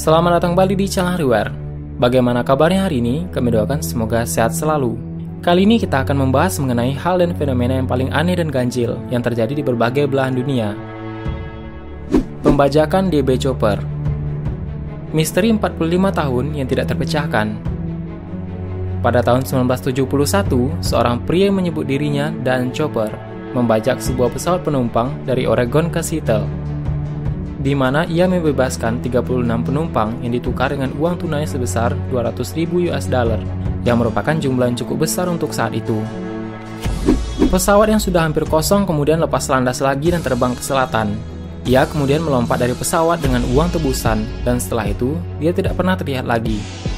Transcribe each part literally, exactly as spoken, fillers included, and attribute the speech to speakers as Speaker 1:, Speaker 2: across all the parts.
Speaker 1: Selamat datang kembali di channel Hariware. Bagaimana kabarnya hari ini? Kami doakan semoga sehat selalu. Kali ini kita akan membahas mengenai hal dan fenomena yang paling aneh dan ganjil yang terjadi di berbagai belahan dunia. Pembajakan D B Chopper. Misteri empat puluh lima tahun yang tidak terpecahkan. Pada tahun seribu sembilan ratus tujuh puluh satu, seorang pria yang menyebut dirinya Dan Chopper membajak sebuah pesawat penumpang dari Oregon ke Seattle, di mana ia membebaskan tiga puluh enam penumpang yang ditukar dengan uang tunai sebesar dua ratus ribu U S dollar, yang merupakan jumlah yang cukup besar untuk saat itu. Pesawat yang sudah hampir kosong kemudian lepas landas lagi dan terbang ke selatan. Ia kemudian melompat dari pesawat dengan uang tebusan, dan setelah itu, dia tidak pernah terlihat lagi.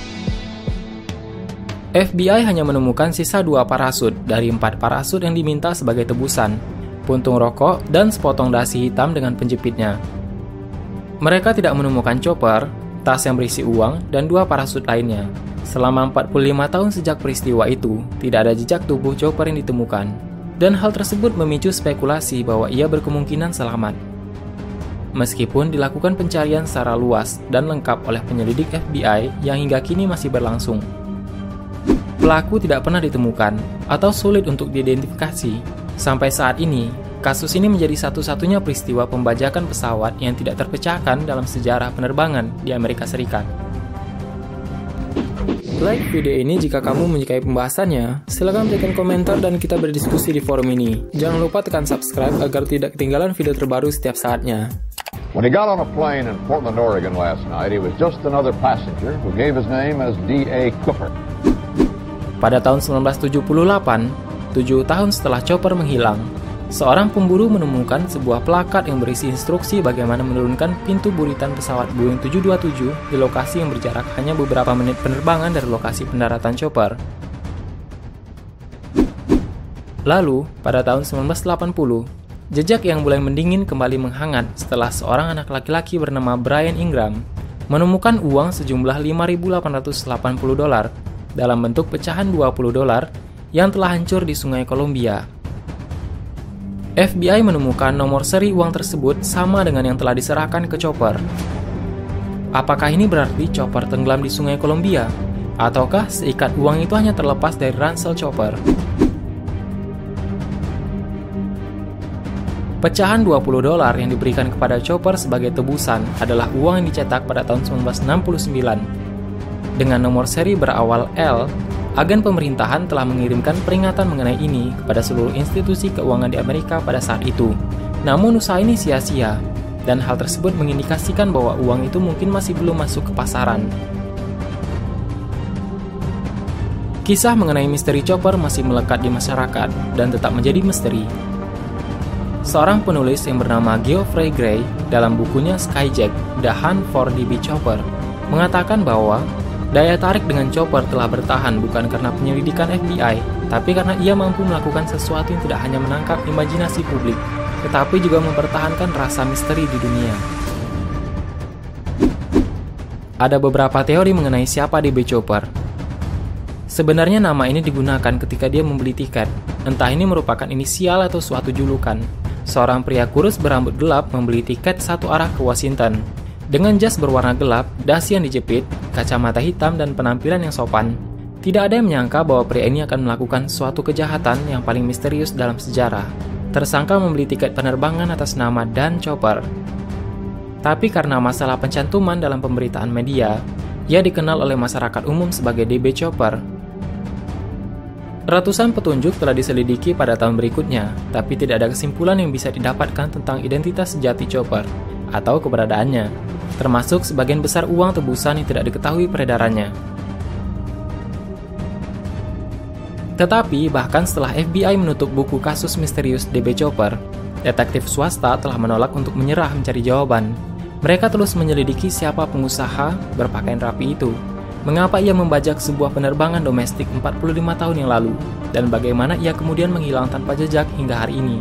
Speaker 1: F B I hanya menemukan sisa dua parasut dari empat parasut yang diminta sebagai tebusan, puntung rokok, dan sepotong dasi hitam dengan penjepitnya. Mereka tidak menemukan chopper, tas yang berisi uang, dan dua parasut lainnya. Selama empat puluh lima tahun sejak peristiwa itu, tidak ada jejak tubuh chopper yang ditemukan. Dan hal tersebut memicu spekulasi bahwa ia berkemungkinan selamat. Meskipun dilakukan pencarian secara luas dan lengkap oleh penyelidik F B I yang hingga kini masih berlangsung, pelaku tidak pernah ditemukan atau sulit untuk diidentifikasi. Sampai saat ini, kasus ini menjadi satu-satunya peristiwa pembajakan pesawat yang tidak terpecahkan dalam sejarah penerbangan di Amerika Serikat. Like video ini jika kamu menyukai pembahasannya, silakan berikan komentar dan kita berdiskusi di forum ini. Jangan lupa tekan subscribe agar tidak ketinggalan video terbaru setiap saatnya.
Speaker 2: When he got on a plane in Portland, Oregon last night, he was just another passenger who gave his name as D A Cooper.
Speaker 1: Pada tahun seribu sembilan ratus tujuh puluh delapan, tujuh tahun setelah Chopper menghilang, seorang pemburu menemukan sebuah plakat yang berisi instruksi bagaimana menurunkan pintu buritan pesawat Boeing tujuh dua tujuh di lokasi yang berjarak hanya beberapa menit penerbangan dari lokasi pendaratan Chopper. Lalu, pada tahun seribu sembilan ratus delapan puluh, jejak yang mulai mendingin kembali menghangat setelah seorang anak laki-laki bernama Brian Ingram menemukan uang sejumlah lima ribu delapan ratus delapan puluh dolar dalam bentuk pecahan dua puluh dolar yang telah hancur di Sungai Columbia. F B I menemukan nomor seri uang tersebut sama dengan yang telah diserahkan ke Chopper. Apakah ini berarti Chopper tenggelam di Sungai Columbia? Ataukah seikat uang itu hanya terlepas dari ransel Chopper? Pecahan dua puluh dolar yang diberikan kepada Chopper sebagai tebusan adalah uang yang dicetak pada tahun seribu sembilan ratus enam puluh sembilan. Dengan nomor seri berawal L, agen pemerintahan telah mengirimkan peringatan mengenai ini kepada seluruh institusi keuangan di Amerika pada saat itu. Namun usaha ini sia-sia, dan hal tersebut mengindikasikan bahwa uang itu mungkin masih belum masuk ke pasaran. Kisah mengenai misteri Chopper masih melekat di masyarakat dan tetap menjadi misteri. Seorang penulis yang bernama Geoffrey Gray dalam bukunya Skyjack, The Hunt for D B Chopper, mengatakan bahwa daya tarik dengan Chopper telah bertahan bukan karena penyelidikan F B I, tapi karena ia mampu melakukan sesuatu yang tidak hanya menangkap imajinasi publik, tetapi juga mempertahankan rasa misteri di dunia. Ada beberapa teori mengenai siapa D B Chopper. Sebenarnya nama ini digunakan ketika dia membeli tiket, entah ini merupakan inisial atau suatu julukan. Seorang pria kurus berambut gelap membeli tiket satu arah ke Washington. Dengan jas berwarna gelap, dasi yang dijepit, kacamata hitam, dan penampilan yang sopan, tidak ada yang menyangka bahwa pria ini akan melakukan suatu kejahatan yang paling misterius dalam sejarah. Tersangka membeli tiket penerbangan atas nama Dan Chopper. Tapi karena masalah pencantuman dalam pemberitaan media, ia dikenal oleh masyarakat umum sebagai D B Chopper. Ratusan petunjuk telah diselidiki pada tahun berikutnya, tapi tidak ada kesimpulan yang bisa didapatkan tentang identitas sejati Chopper atau keberadaannya, termasuk sebagian besar uang tebusan yang tidak diketahui peredarannya. Tetapi, bahkan setelah F B I menutup buku kasus misterius D B Chopper, detektif swasta telah menolak untuk menyerah mencari jawaban. Mereka terus menyelidiki siapa pengusaha berpakaian rapi itu, mengapa ia membajak sebuah penerbangan domestik empat puluh lima tahun yang lalu, dan bagaimana ia kemudian menghilang tanpa jejak hingga hari ini.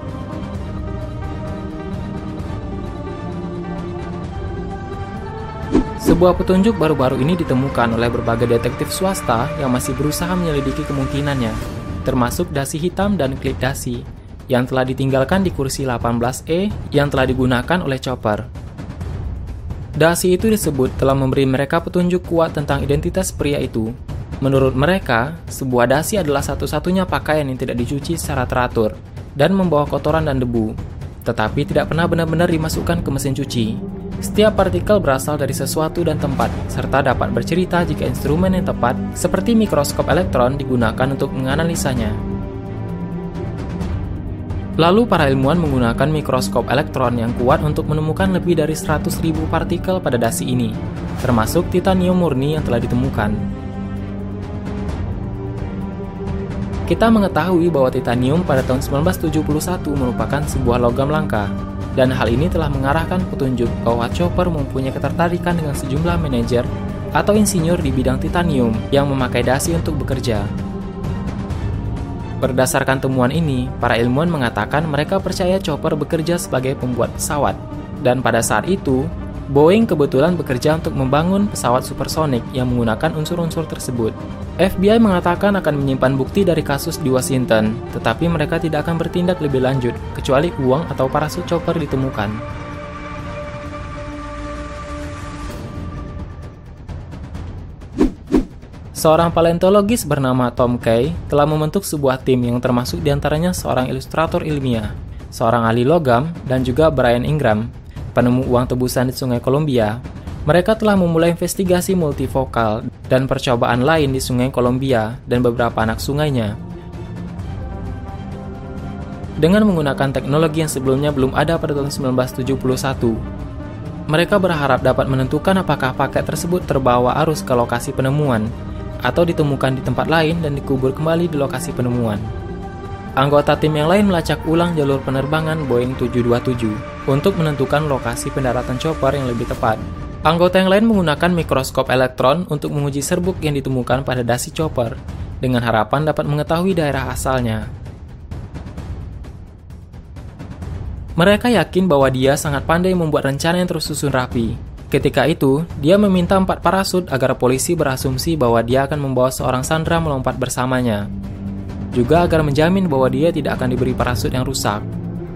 Speaker 1: Sebuah petunjuk baru-baru ini ditemukan oleh berbagai detektif swasta yang masih berusaha menyelidiki kemungkinannya, termasuk dasi hitam dan klip dasi, yang telah ditinggalkan di kursi delapan belas E yang telah digunakan oleh Chopper. Dasi itu disebut telah memberi mereka petunjuk kuat tentang identitas pria itu. Menurut mereka, sebuah dasi adalah satu-satunya pakaian yang tidak dicuci secara teratur dan membawa kotoran dan debu, tetapi tidak pernah benar-benar dimasukkan ke mesin cuci. Setiap partikel berasal dari sesuatu dan tempat, serta dapat bercerita jika instrumen yang tepat, seperti mikroskop elektron, digunakan untuk menganalisanya. Lalu para ilmuwan menggunakan mikroskop elektron yang kuat untuk menemukan lebih dari seratus ribu partikel pada dasi ini, termasuk titanium murni yang telah ditemukan. Kita mengetahui bahwa titanium pada tahun seribu sembilan ratus tujuh puluh satu merupakan sebuah logam langka, dan hal ini telah mengarahkan petunjuk bahwa Chopper mempunyai ketertarikan dengan sejumlah manajer atau insinyur di bidang titanium yang memakai dasi untuk bekerja. Berdasarkan temuan ini, para ilmuwan mengatakan mereka percaya Chopper bekerja sebagai pembuat pesawat, dan pada saat itu, Boeing kebetulan bekerja untuk membangun pesawat supersonik yang menggunakan unsur-unsur tersebut. F B I mengatakan akan menyimpan bukti dari kasus di Washington, tetapi mereka tidak akan bertindak lebih lanjut, kecuali uang atau parasut Chopper ditemukan. Seorang paleontologis bernama Tom Kay telah membentuk sebuah tim yang termasuk diantaranya seorang ilustrator ilmiah, seorang ahli logam, dan juga Brian Ingram, penemu uang tebusan di Sungai Columbia. Mereka telah memulai investigasi multivokal dan percobaan lain di Sungai Columbia dan beberapa anak sungainya. Dengan menggunakan teknologi yang sebelumnya belum ada pada tahun seribu sembilan ratus tujuh puluh satu, mereka berharap dapat menentukan apakah paket tersebut terbawa arus ke lokasi penemuan, atau ditemukan di tempat lain dan dikubur kembali di lokasi penemuan. Anggota tim yang lain melacak ulang jalur penerbangan Boeing tujuh dua tujuh untuk menentukan lokasi pendaratan Chopper yang lebih tepat. Anggota yang lain menggunakan mikroskop elektron untuk menguji serbuk yang ditemukan pada dasi Chopper, dengan harapan dapat mengetahui daerah asalnya. Mereka yakin bahwa dia sangat pandai membuat rencana yang tersusun rapi. Ketika itu, dia meminta empat parasut agar polisi berasumsi bahwa dia akan membawa seorang sandera melompat bersamanya. Juga agar menjamin bahwa dia tidak akan diberi parasut yang rusak.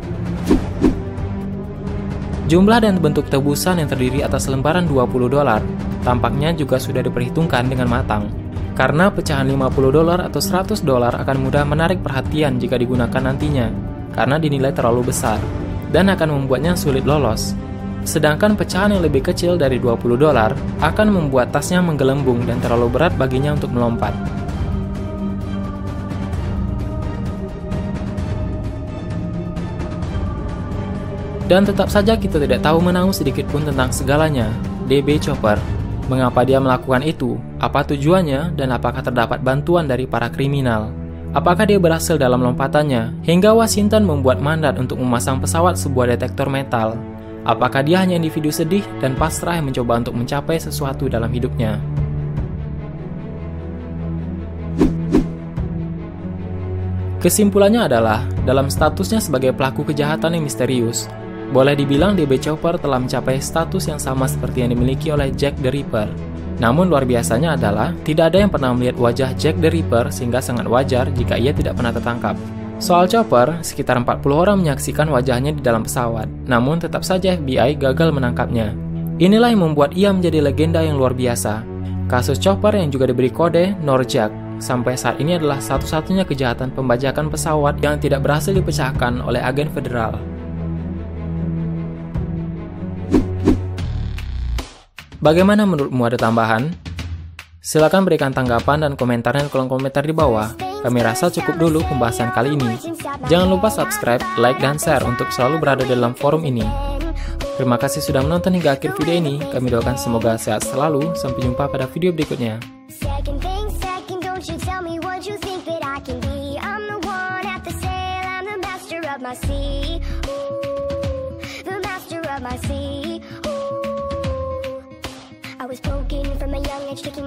Speaker 1: Jumlah dan bentuk tebusan yang terdiri atas lembaran dua puluh dolar tampaknya juga sudah diperhitungkan dengan matang. Karena pecahan lima puluh dolar atau seratus dolar akan mudah menarik perhatian jika digunakan nantinya, karena dinilai terlalu besar, dan akan membuatnya sulit lolos. Sedangkan pecahan yang lebih kecil dari dua puluh dolar akan membuat tasnya menggelembung dan terlalu berat baginya untuk melompat. Dan tetap saja kita tidak tahu menahu sedikit pun tentang segalanya, D B Chopper. Mengapa dia melakukan itu? Apa tujuannya? Dan apakah terdapat bantuan dari para kriminal? Apakah dia berhasil dalam lompatannya? Hingga Washington membuat mandat untuk memasang pesawat sebuah detektor metal. Apakah dia hanya individu sedih dan pasrah yang mencoba untuk mencapai sesuatu dalam hidupnya? Kesimpulannya adalah, dalam statusnya sebagai pelaku kejahatan yang misterius, boleh dibilang D B Chopper telah mencapai status yang sama seperti yang dimiliki oleh Jack the Ripper. Namun luar biasanya adalah, tidak ada yang pernah melihat wajah Jack the Ripper sehingga sangat wajar jika ia tidak pernah tertangkap. Soal Chopper, sekitar empat puluh orang menyaksikan wajahnya di dalam pesawat, namun tetap saja F B I gagal menangkapnya. Inilah yang membuat ia menjadi legenda yang luar biasa. Kasus Chopper yang juga diberi kode Norjak, sampai saat ini adalah satu-satunya kejahatan pembajakan pesawat yang tidak berhasil dipecahkan oleh agen federal. Bagaimana menurutmu, ada tambahan? Silakan berikan tanggapan dan komentarnya di kolom komentar di bawah. Kami rasa cukup dulu pembahasan kali ini. Jangan lupa subscribe, like, dan share untuk selalu berada dalam forum ini. Terima kasih sudah menonton hingga akhir video ini. Kami doakan semoga sehat selalu. Sampai jumpa pada video berikutnya. I was broken from a young age, taking